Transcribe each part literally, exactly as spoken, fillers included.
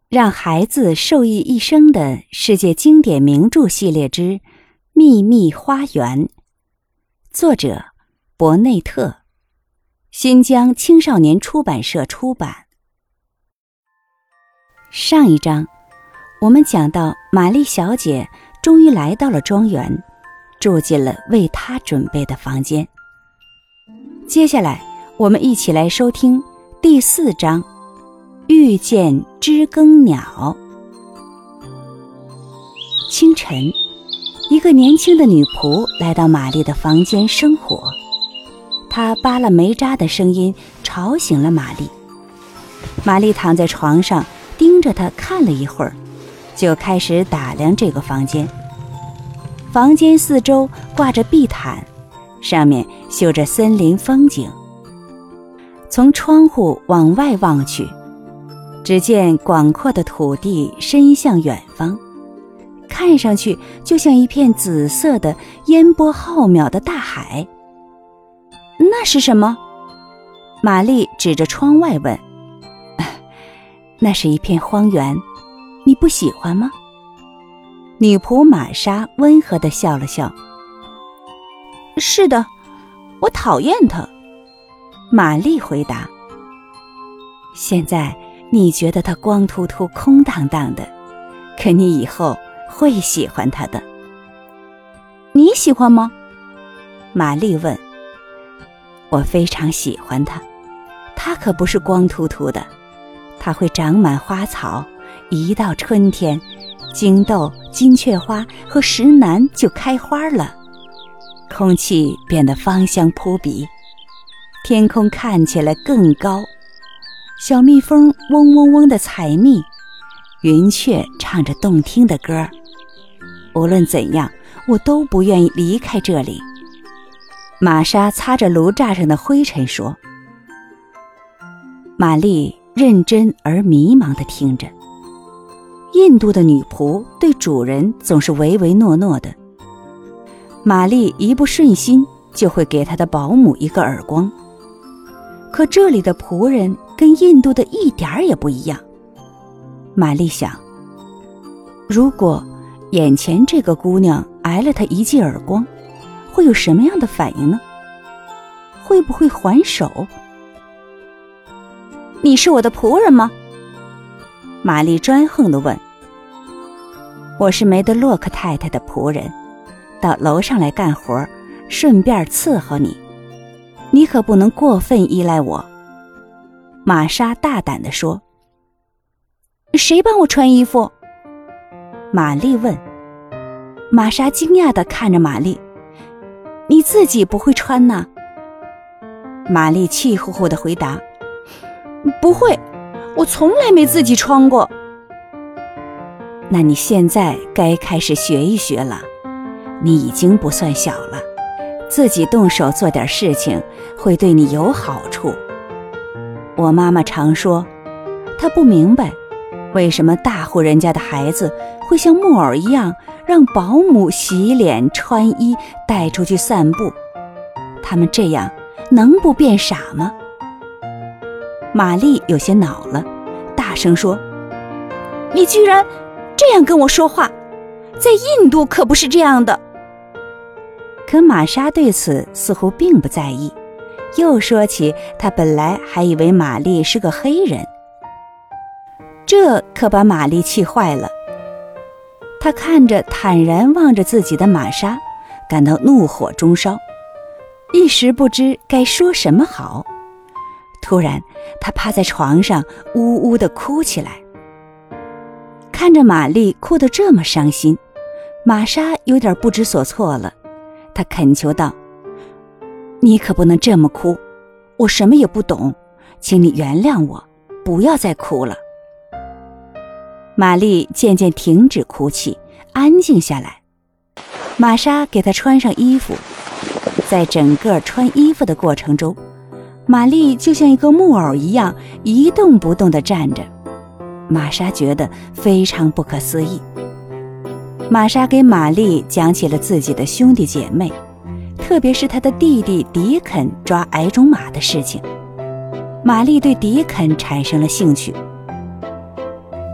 让孩子受益一生的世界经典名著系列之《秘密花园》，作者伯内特，新疆青少年出版社出版。上一章我们讲到玛丽小姐终于来到了庄园，住进了为她准备的房间。接下来我们一起来收听第四章，遇见知更鸟。清晨，一个年轻的女仆来到玛丽的房间生火，她扒拉煤渣的声音吵醒了玛丽。玛丽躺在床上盯着她看了一会儿，就开始打量这个房间。房间四周挂着地毯，上面绣着森林风景。从窗户往外望去，只见广阔的土地伸向远方，看上去就像一片紫色的烟波浩渺的大海。那是什么？玛丽指着窗外问。那是一片荒原，你不喜欢吗？女仆玛莎温和地笑了笑。是的，我讨厌它。玛丽回答。现在你觉得它光秃秃空荡荡的，可你以后会喜欢它的。你喜欢吗？玛丽问。我非常喜欢它，它可不是光秃秃的，它会长满花草，一到春天，荆豆、金雀花和石楠就开花了，空气变得芳香扑鼻，天空看起来更高，小蜜蜂嗡嗡嗡地采蜜，云雀唱着动听的歌。无论怎样，我都不愿意离开这里。玛莎擦着炉栅上的灰尘说。玛丽认真而迷茫地听着。印度的女仆对主人总是唯唯诺诺的，玛丽一不顺心就会给她的保姆一个耳光。可这里的仆人跟印度的一点儿也不一样。玛丽想，如果眼前这个姑娘挨了她一记耳光，会有什么样的反应呢？会不会还手？你是我的仆人吗？玛丽专横地问。我是梅德洛克太太的仆人，到楼上来干活，顺便伺候你。你可不能过分依赖我。玛莎大胆地说。谁帮我穿衣服？玛丽问。玛莎惊讶地看着玛丽。你自己不会穿呢？玛丽气呼呼地回答。不会，我从来没自己穿过。那你现在该开始学一学了，你已经不算小了，自己动手做点事情会对你有好处。我妈妈常说，她不明白为什么大户人家的孩子会像木偶一样让保姆洗脸穿衣带出去散步，他们这样能不变傻吗？玛丽有些恼了，大声说，你居然这样跟我说话，在印度可不是这样的。可玛莎对此似乎并不在意，又说起她本来还以为玛丽是个黑人。这可把玛丽气坏了。她看着坦然望着自己的玛莎，感到怒火中烧，一时不知该说什么好。突然她趴在床上呜呜地哭起来。看着玛丽哭得这么伤心，玛莎有点不知所措了。她恳求道，你可不能这么哭，我什么也不懂，请你原谅我，不要再哭了。玛丽渐渐停止哭泣，安静下来。玛莎给她穿上衣服，在整个穿衣服的过程中，玛丽就像一个木偶一样一动不动地站着。玛莎觉得非常不可思议。玛莎给玛丽讲起了自己的兄弟姐妹，特别是她的弟弟迪肯抓矮种马的事情。玛丽对迪肯产生了兴趣。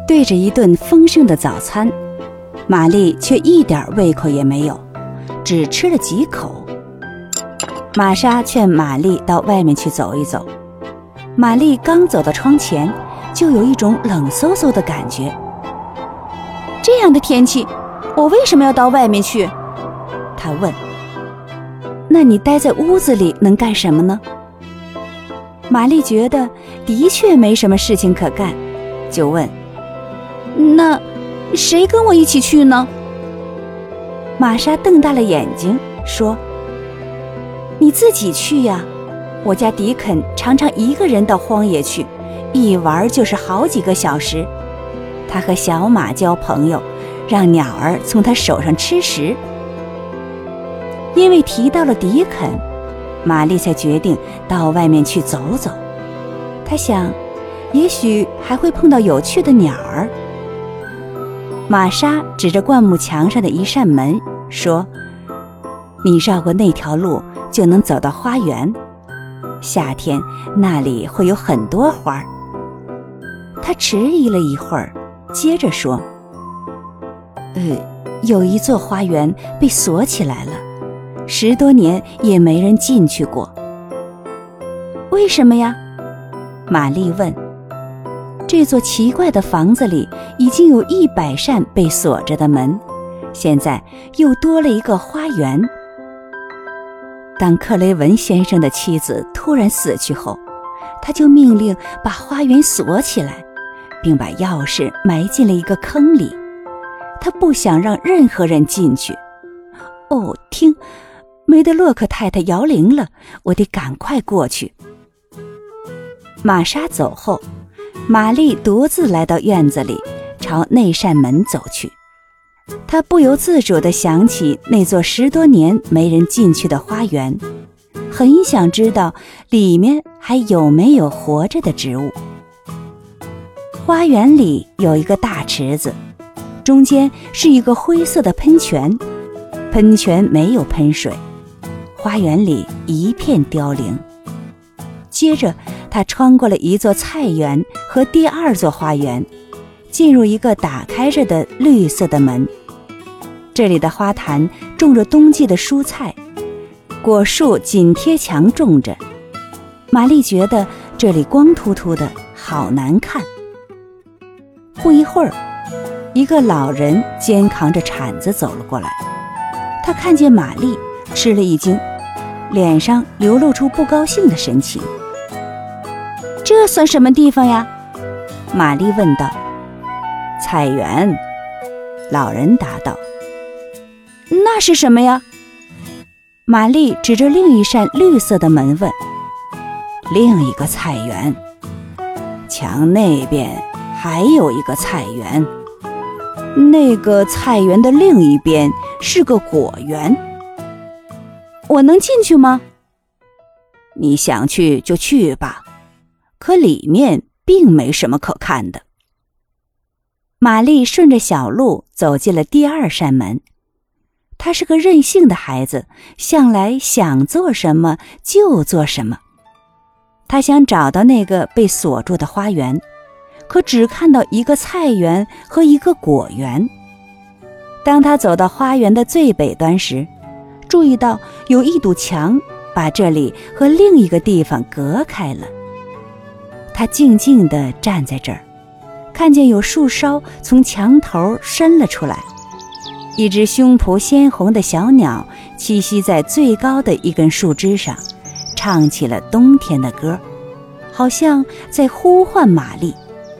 对着一顿丰盛的早餐，玛丽却一点胃口也没有，只吃了几口。玛莎劝玛丽到外面去走一走，玛丽刚走到窗前，就有一种冷飕飕的感觉。这样的天气，我为什么要到外面去？她问。那你待在屋子里能干什么呢？玛丽觉得的确没什么事情可干，就问，那谁跟我一起去呢？玛莎瞪大了眼睛说，你自己去呀，我家迪肯常常一个人到荒野去，一玩就是好几个小时。他和小马交朋友，让鸟儿从他手上吃食。因为提到了迪肯，玛丽才决定到外面去走走。她想，也许还会碰到有趣的鸟儿。玛莎指着灌木墙上的一扇门说，你绕过那条路就能走到花园，夏天那里会有很多花。她迟疑了一会儿，接着说，呃，有一座花园被锁起来了，十多年也没人进去过。为什么呀？玛丽问。这座奇怪的房子里已经有一百扇被锁着的门，现在又多了一个花园。当克雷文先生的妻子突然死去后，他就命令把花园锁起来，并把钥匙埋进了一个坑里。他不想让任何人进去。哦，听，梅德洛克太太摇铃了，我得赶快过去。玛莎走后，玛丽独自来到院子里，朝那扇门走去。她不由自主地想起那座十多年没人进去的花园，很想知道里面还有没有活着的植物。花园里有一个大池子，中间是一个灰色的喷泉，喷泉没有喷水，花园里一片凋零。接着他穿过了一座菜园和第二座花园，进入一个打开着的绿色的门。这里的花坛种着冬季的蔬菜，果树紧贴墙种着。玛丽觉得这里光秃秃的，好难看。不一会儿，一个老人肩扛着铲子走了过来，他看见玛丽，吃了一惊，脸上流露出不高兴的神情。这算什么地方呀？玛丽问道。菜园，老人答道。那是什么呀？玛丽指着另一扇绿色的门问。另一个菜园，墙那边还有一个菜园，那个菜园的另一边是个果园。我能进去吗？你想去就去吧，可里面并没什么可看的。玛丽顺着小路走进了第二扇门。她是个任性的孩子，向来想做什么就做什么。她想找到那个被锁住的花园，可只看到一个菜园和一个果园。当她走到花园的最北端时，注意到有一堵墙把这里和另一个地方隔开了。她静静地站在这儿，看见有树梢从墙头伸了出来，一只胸脯鲜红的小鸟栖息在最高的一根树枝上，唱起了冬天的歌，好像在呼唤玛丽。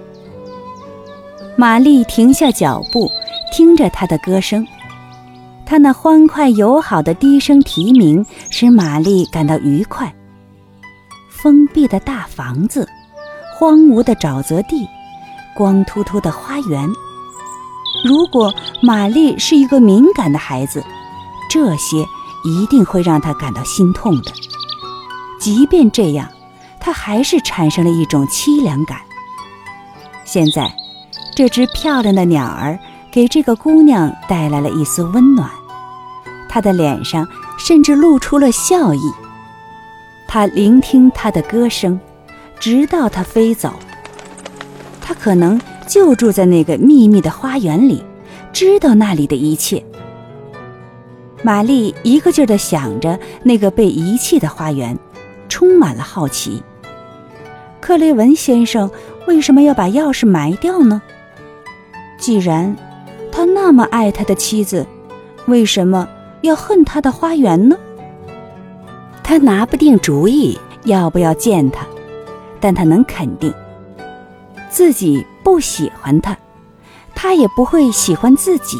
玛丽停下脚步，听着它的歌声。它那欢快友好的低声啼鸣使玛丽感到愉快。封闭的大房子，荒芜的沼泽地，光秃秃的花园。如果玛丽是一个敏感的孩子，这些一定会让她感到心痛的。即便这样，她还是产生了一种凄凉感。现在，这只漂亮的鸟儿给这个姑娘带来了一丝温暖，她的脸上甚至露出了笑意。她聆听她的歌声，直到她飞走。她可能就住在那个秘密的花园里，知道那里的一切。玛丽一个劲儿地想着那个被遗弃的花园，充满了好奇。克雷文先生为什么要把钥匙埋掉呢？既然他那么爱他的妻子，为什么要恨他的花园呢？他拿不定主意要不要见他，但他能肯定，自己不喜欢他，他也不会喜欢自己。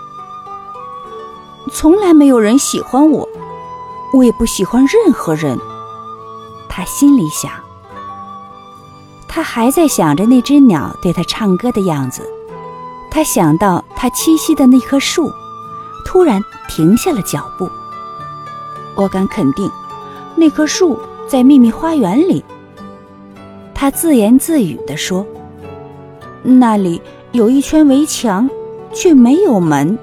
从来没有人喜欢我，我也不喜欢任何人，他心里想。他还在想着那只鸟对他唱歌的样子，他想到他栖息的那棵树，突然停下了脚步。我敢肯定，那棵树在秘密花园里。他自言自语地说，那里有一圈围墙，却没有门。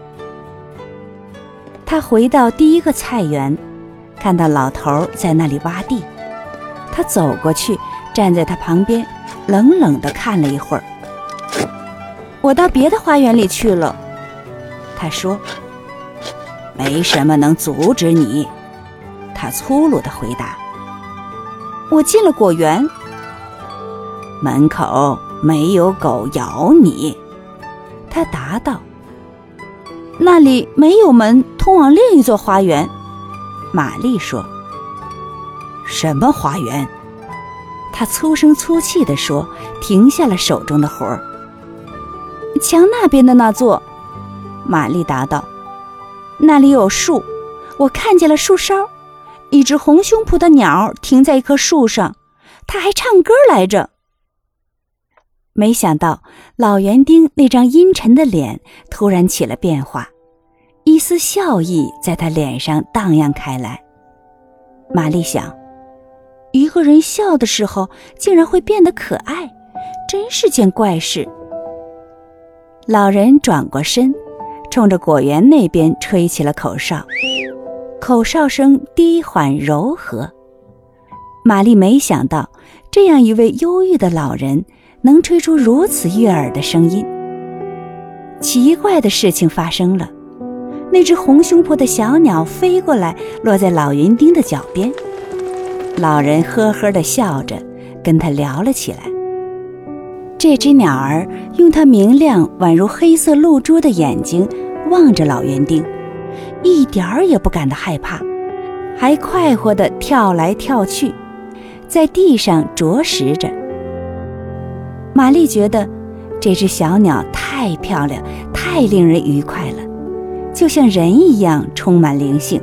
他回到第一个菜园，看到老头在那里挖地。他走过去，站在他旁边，冷冷地看了一会儿。我到别的花园里去了，他说。没什么能阻止你，他粗鲁地回答。我进了果园，门口没有狗咬你，他答道。那里没有门通往另一座花园，玛丽说。什么花园？他粗声粗气地说，停下了手中的活儿。墙那边的那座，玛丽答道。那里有树，我看见了树梢，一只红胸脯的鸟停在一棵树上，它还唱歌来着。没想到老园丁那张阴沉的脸突然起了变化，一丝笑意在他脸上荡漾开来。玛丽想，一个人笑的时候竟然会变得可爱，真是件怪事。老人转过身，冲着果园那边吹起了口哨，口哨声低缓柔和。玛丽没想到，这样一位忧郁的老人能吹出如此悦耳的声音。奇怪的事情发生了，那只红胸脯的小鸟飞过来，落在老园丁的脚边。老人呵呵地笑着，跟他聊了起来。这只鸟儿用它明亮宛如黑色露珠的眼睛望着老园丁，一点儿也不感到害怕，还快活地跳来跳去，在地上啄食着。玛丽觉得这只小鸟太漂亮，太令人愉快了，就像人一样充满灵性。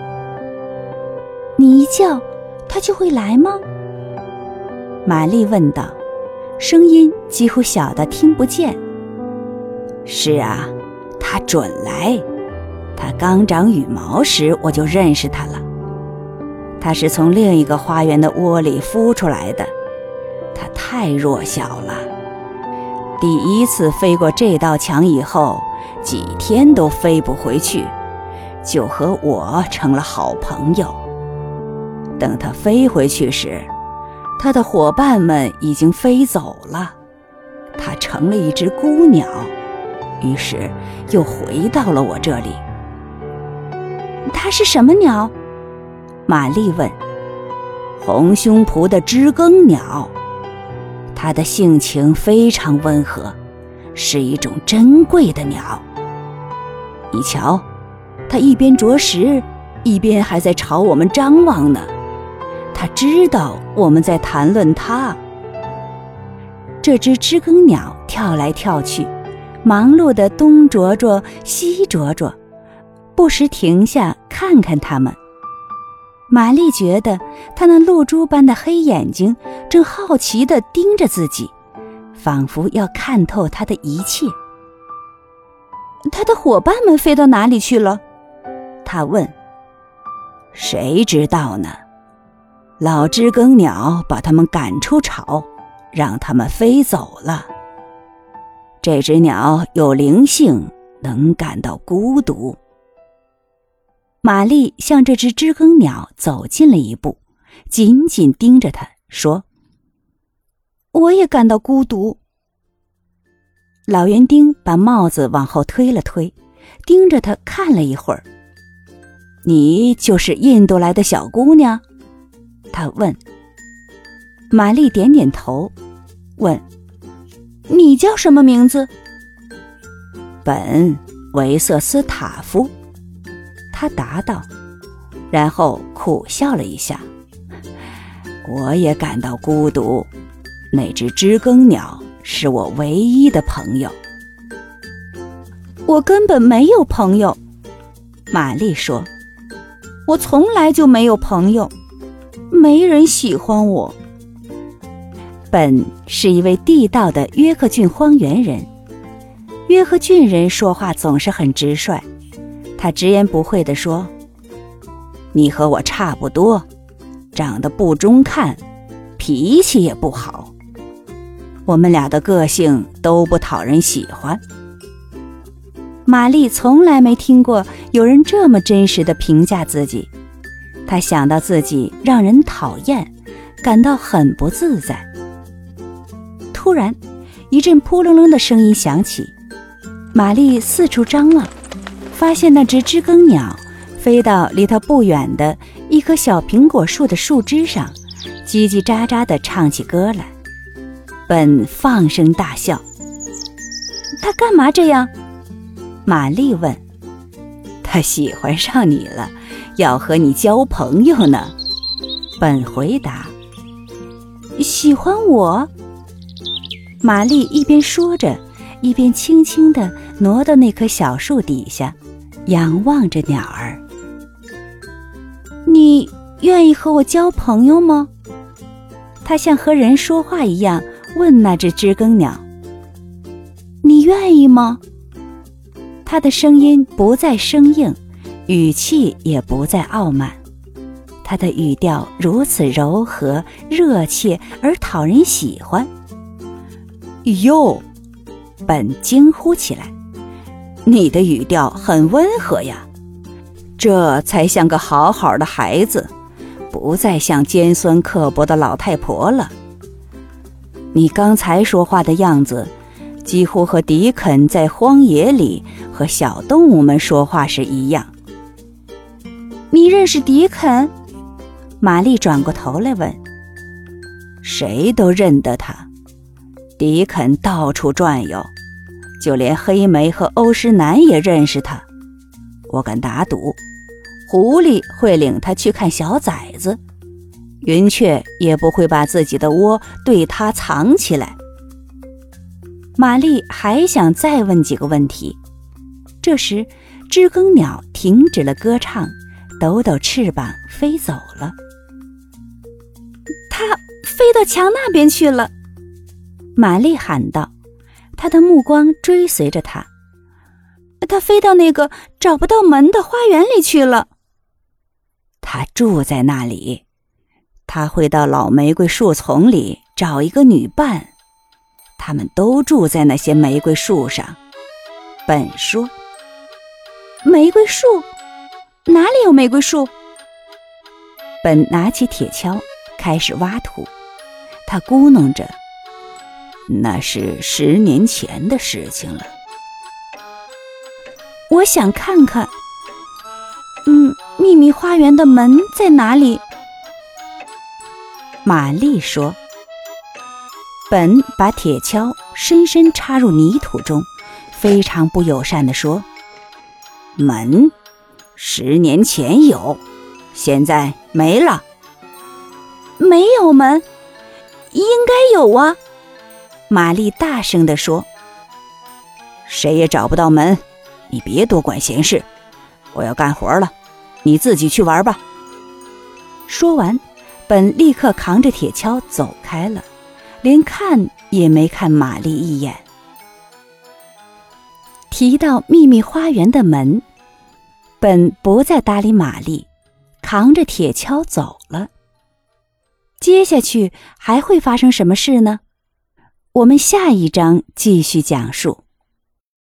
你一叫，它就会来吗？玛丽问道，声音几乎小到听不见。是啊，它准来。它刚长羽毛时我就认识它了。它是从另一个花园的窝里孵出来的，它太弱小了。第一次飞过这道墙以后，几天都飞不回去，就和我成了好朋友。等它飞回去时，它的伙伴们已经飞走了，它成了一只孤鸟，于是又回到了我这里。它是什么鸟？玛丽问。红胸脯的知更鸟，它的性情非常温和，是一种珍贵的鸟。你瞧，它一边啄食，一边还在朝我们张望呢。它知道我们在谈论它。这只知更鸟跳来跳去，忙碌地东啄啄西啄啄，不时停下看看它们。玛丽觉得它那露珠般的黑眼睛正好奇地盯着自己，仿佛要看透它的一切。它的伙伴们飞到哪里去了？她问。谁知道呢？老知更鸟把它们赶出巢，让它们飞走了。这只鸟有灵性，能感到孤独。玛丽向这只知更鸟走近了一步，紧紧盯着它，说：我也感到孤独。 老园丁把帽子往后推了推，盯着他看了一会儿。你就是印度来的小姑娘？他问。玛丽点点头，问：你叫什么名字？本·维瑟斯塔夫，他答道，然后苦笑了一下。我也感到孤独，那只知更鸟是我唯一的朋友。我根本没有朋友，玛丽说，我从来就没有朋友，没人喜欢我。本是一位地道的约克郡荒原人，约克郡人说话总是很直率，他直言不讳地说，你和我差不多，长得不中看，脾气也不好，我们俩的个性都不讨人喜欢。玛丽从来没听过有人这么真实地评价自己，她想到自己让人讨厌，感到很不自在。突然，一阵扑棱棱的声音响起，玛丽四处张望，发现那只知更鸟飞到离她不远的一棵小苹果树的树枝上，叽叽喳喳地唱起歌来。本放声大笑。他干嘛这样？玛丽问。他喜欢上你了，要和你交朋友呢。本回答。喜欢我？玛丽一边说着，一边轻轻地挪到那棵小树底下，仰望着鸟儿。你愿意和我交朋友吗？他像和人说话一样问那只知更鸟。你愿意吗？他的声音不再生硬，语气也不再傲慢，他的语调如此柔和、热切而讨人喜欢。哟，本惊呼起来，你的语调很温和呀，这才像个好好的孩子，不再像尖酸刻薄的老太婆了。你刚才说话的样子，几乎和迪肯在荒野里和小动物们说话时一样。你认识迪肯？玛丽转过头来问。谁都认得他，迪肯到处转悠，就连黑莓和欧诗南也认识他。我敢打赌，狐狸会领他去看小崽子，云雀也不会把自己的窝对他藏起来。玛丽还想再问几个问题，这时知更鸟停止了歌唱，抖抖翅膀飞走了。它飞到墙那边去了，玛丽喊道，她的目光追随着它。它飞到那个找不到门的花园里去了。它住在那里，它会到老玫瑰树丛里找一个女伴，他们都住在那些玫瑰树上。本说。玫瑰树？哪里有玫瑰树？本拿起铁锹开始挖土，他咕哝着，那是十年前的事情了。我想看看，嗯，秘密花园的门在哪里？玛丽说。本把铁锹深深插入泥土中，非常不友善地说，门十年前有，现在没了。没有门？应该有啊，玛丽大声地说。谁也找不到门，你别多管闲事，我要干活了，你自己去玩吧。说完，本立刻扛着铁锹走开了，连看也没看玛丽一眼。提到秘密花园的门，本不再搭理玛丽，扛着铁锹走了。接下去还会发生什么事呢？我们下一章继续讲述。